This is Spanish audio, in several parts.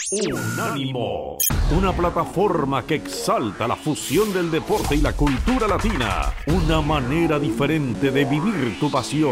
Unánimo, una plataforma que exalta la fusión del deporte y la cultura latina, una manera diferente de vivir tu pasión.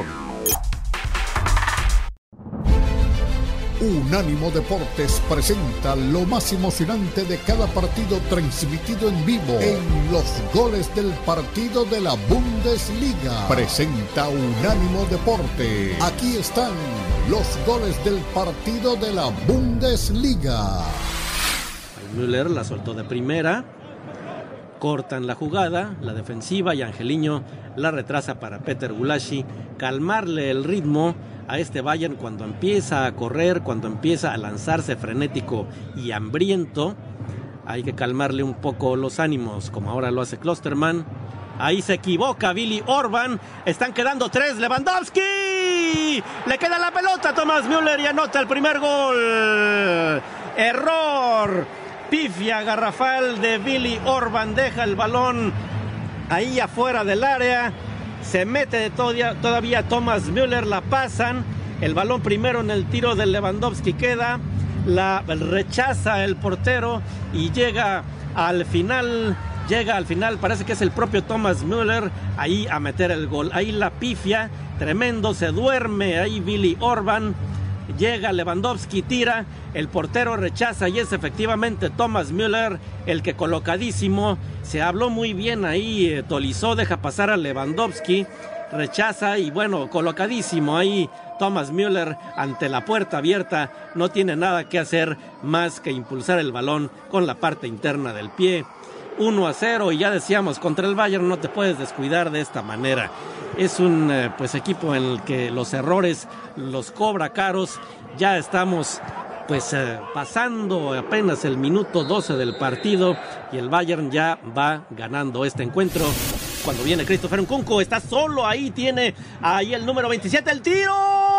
Unánimo Deportes presenta lo más emocionante de cada partido transmitido en vivo en los goles del partido de la Bundesliga. Presenta Unánimo Deportes. Aquí están los goles del partido de la Bundesliga. Müller la soltó de primera, cortan la jugada, la defensiva, y Angeliño la retrasa para Peter Gulácsi, calmarle el ritmo a este Bayern cuando empieza a correr, cuando empieza a lanzarse frenético y hambriento. Hay que calmarle un poco los ánimos, como ahora lo hace Klostermann. Ahí se equivoca Willi Orban. Están quedando 3. Lewandowski. Le queda la pelota a Thomas Müller y anota el primer gol. Error. Pifia garrafal de Willi Orban. Deja el balón ahí afuera del área. Se mete todavía Thomas Müller, la pasan, el balón primero en el tiro de Lewandowski queda, la rechaza el portero y llega al final, parece que es el propio Thomas Müller, ahí a meter el gol, ahí la pifia, tremendo, se duerme ahí Willi Orban, llega Lewandowski, tira, el portero rechaza y es efectivamente Thomas Müller el que colocadísimo, se habló muy bien ahí, Tolisso deja pasar a Lewandowski, rechaza y bueno, colocadísimo ahí Thomas Müller ante la puerta abierta, no tiene nada que hacer más que impulsar el balón con la parte interna del pie. 1-0 y ya decíamos, contra el Bayern no te puedes descuidar de esta manera. Es un equipo en el que los errores los cobra caros. Ya estamos pasando apenas el minuto 12 del partido y el Bayern ya va ganando este encuentro. Cuando viene Christopher Nkunku, está solo ahí, tiene ahí el número 27, el tiro.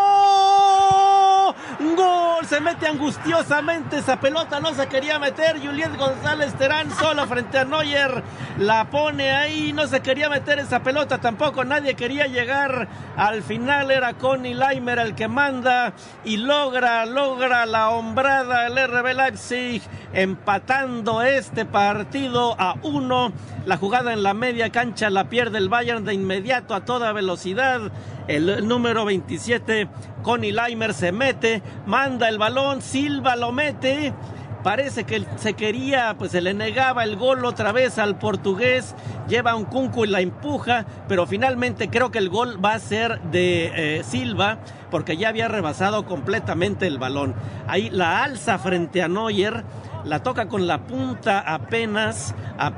¡Gol! Se mete angustiosamente esa pelota, no se quería meter. Juliet González Terán solo frente a Neuer, la pone ahí, no se quería meter esa pelota tampoco, nadie quería llegar. Al final era Conny Leimer el que manda y logra la hombrada el RB Leipzig, empatando este partido a 1. La jugada en la media cancha la pierde el Bayern de inmediato a toda velocidad. El número 27, Conny Leimer, se mete, manda el balón, Silva lo mete. Parece que se quería, se le negaba el gol otra vez al portugués. Lleva un Nkunku y la empuja, pero finalmente creo que el gol va a ser de Silva, porque ya había rebasado completamente el balón. Ahí la alza frente a Neuer, la toca con la punta apenas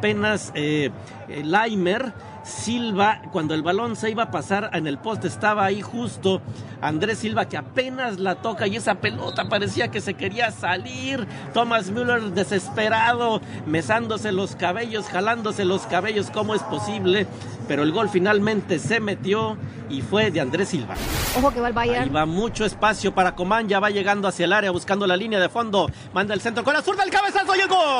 Leimer. Silva, cuando el balón se iba a pasar en el poste, estaba ahí justo Andrés Silva, que apenas la toca y esa pelota parecía que se quería salir. Thomas Müller desesperado, mesándose los cabellos, jalándose los cabellos, ¿cómo es posible? Pero el gol finalmente se metió y fue de Andrés Silva. Ojo que va el Bayern. Ahí va mucho espacio para Coman, ya va llegando hacia el área buscando la línea de fondo, manda el centro con la zurda, el cabezazo y el gol.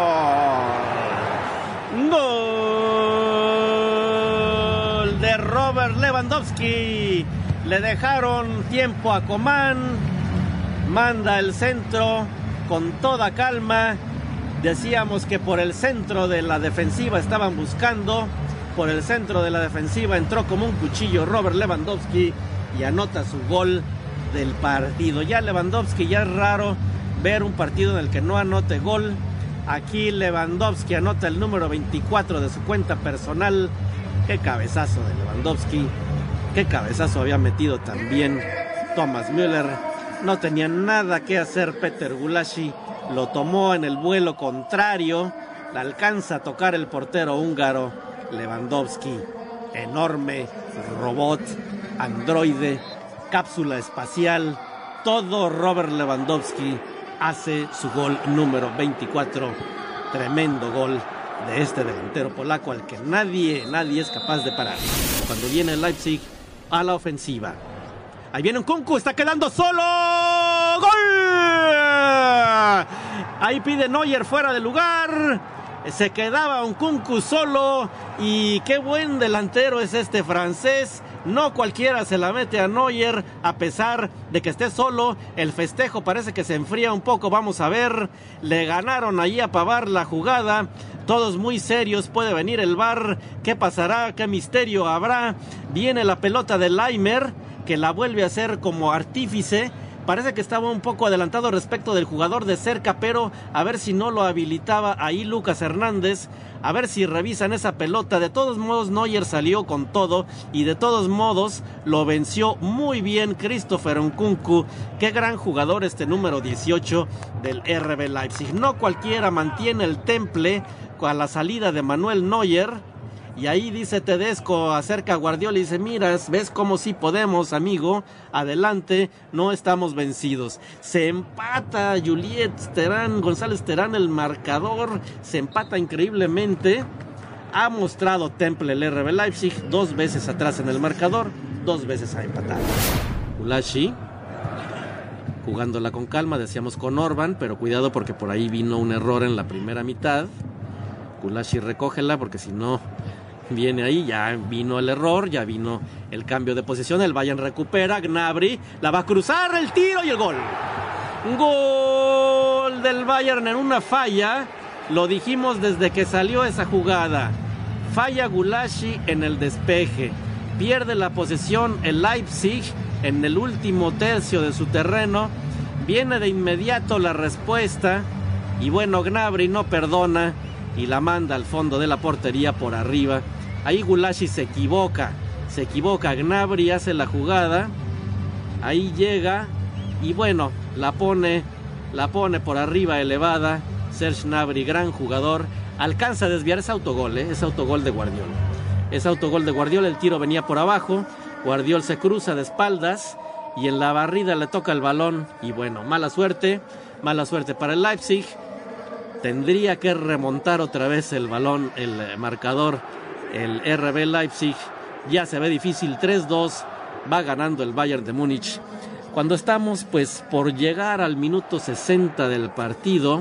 ¡Gol de Robert Lewandowski! Le dejaron tiempo a Coman, manda el centro con toda calma. Decíamos que por el centro de la defensiva estaban buscando, por el centro de la defensiva entró como un cuchillo Robert Lewandowski y anota su gol del partido. Ya Lewandowski, ya es raro ver un partido en el que no anote gol. Aquí Lewandowski anota el número 24 de su cuenta personal. Qué cabezazo de Lewandowski. Qué cabezazo había metido también Thomas Müller. No tenía nada que hacer Peter Gulácsi. Lo tomó en el vuelo contrario. La alcanza a tocar el portero húngaro. Lewandowski, enorme, robot, androide, cápsula espacial. Todo Robert Lewandowski hace su gol número 24, tremendo gol de este delantero polaco al que nadie es capaz de parar. Cuando viene el Leipzig a la ofensiva, ahí viene Nkunku, está quedando solo, ¡gol! Ahí pide Neuer fuera de lugar, Se quedaba Nkunku solo y qué buen delantero es este francés. No cualquiera se la mete a Neuer a pesar de que esté solo. El festejo parece que se enfría un poco. Vamos a ver. Le ganaron ahí a Pavard la jugada. Todos muy serios. Puede venir el VAR. ¿Qué pasará? ¿Qué misterio habrá? Viene la pelota de Laimer, que la vuelve a hacer como artífice. Parece que estaba un poco adelantado respecto del jugador de cerca, pero a ver si no lo habilitaba ahí Lucas Hernández, a ver si revisan esa pelota. De todos modos, Neuer salió con todo y de todos modos lo venció muy bien Christopher Nkunku. Qué gran jugador este número 18 del RB Leipzig. No cualquiera mantiene el temple a la salida de Manuel Neuer. Y ahí dice Tedesco acerca a Guardiola y dice, mira, ves cómo sí podemos, amigo, adelante, no estamos vencidos. Se empata González Terán el marcador, se empata increíblemente. Ha mostrado Temple el RB Leipzig 2 veces atrás en el marcador, 2 veces ha empatado. Gulashi jugándola con calma, decíamos con Orban, pero cuidado porque por ahí vino un error en la primera mitad. Gulashi recógela porque si no viene ahí, ya vino el error, ya vino el cambio de posición, el Bayern recupera, Gnabry la va a cruzar, el tiro y el gol. Gol del Bayern en una falla, lo dijimos desde que salió esa jugada. Falla Gulashi en el despeje, pierde la posesión el Leipzig en el último tercio de su terreno, viene de inmediato la respuesta y bueno, Gnabry no perdona y la manda al fondo de la portería por arriba. Ahí Gulashi se equivoca, Gnabry hace la jugada, ahí llega y bueno, la pone por arriba elevada. Serge Gnabry, gran jugador, alcanza a desviar ese autogol, es autogol de Guardiola, el tiro venía por abajo, Guardiola se cruza de espaldas y en la barrida le toca el balón y bueno, mala suerte para el Leipzig. Tendría que remontar otra vez el balón, el marcador, el RB Leipzig. Ya se ve difícil, 3-2, va ganando el Bayern de Múnich. Cuando estamos pues por llegar al minuto 60 del partido,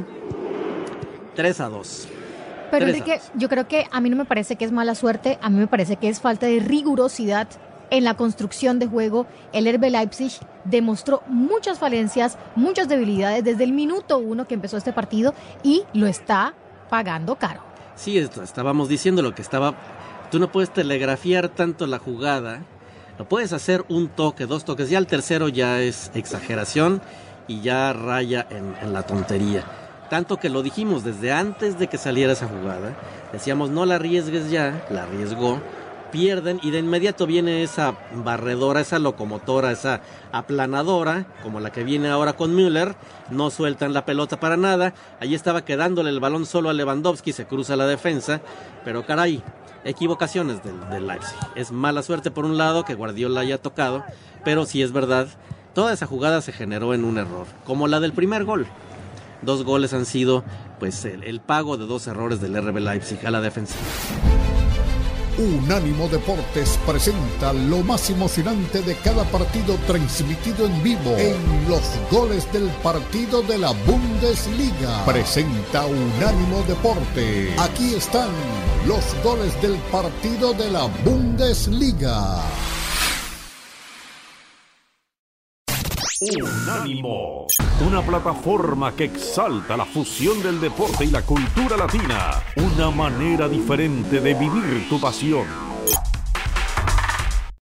3-2. Pero Enrique, yo creo que a mí no me parece que es mala suerte, a mí me parece que es falta de rigurosidad en la construcción de juego. El RB Leipzig demostró muchas falencias, muchas debilidades desde el minuto 1 que empezó este partido y lo está pagando caro. Sí, estábamos diciendo lo que estaba. Tú no puedes telegrafiar tanto la jugada, no puedes hacer un toque, 2 toques, ya el tercero ya es exageración y ya raya en la tontería. Tanto que lo dijimos desde antes de que saliera esa jugada, decíamos no la arriesgues ya, la arriesgó. Pierden y de inmediato viene esa barredora, esa locomotora, esa aplanadora, como la que viene ahora con Müller, no sueltan la pelota para nada, ahí estaba quedándole el balón solo a Lewandowski, se cruza la defensa, pero caray, equivocaciones del Leipzig, es mala suerte por un lado que Guardiola haya tocado, pero sí es verdad, toda esa jugada se generó en un error, como la del primer gol. 2 goles han sido pues el pago de 2 errores del RB Leipzig a la defensa. Unánimo Deportes presenta lo más emocionante de cada partido transmitido en vivo en los goles del partido de la Bundesliga. Presenta Unánimo Deportes. Aquí están los goles del partido de la Bundesliga. Unánimo, una plataforma que exalta la fusión del deporte y la cultura latina, una manera diferente de vivir tu pasión.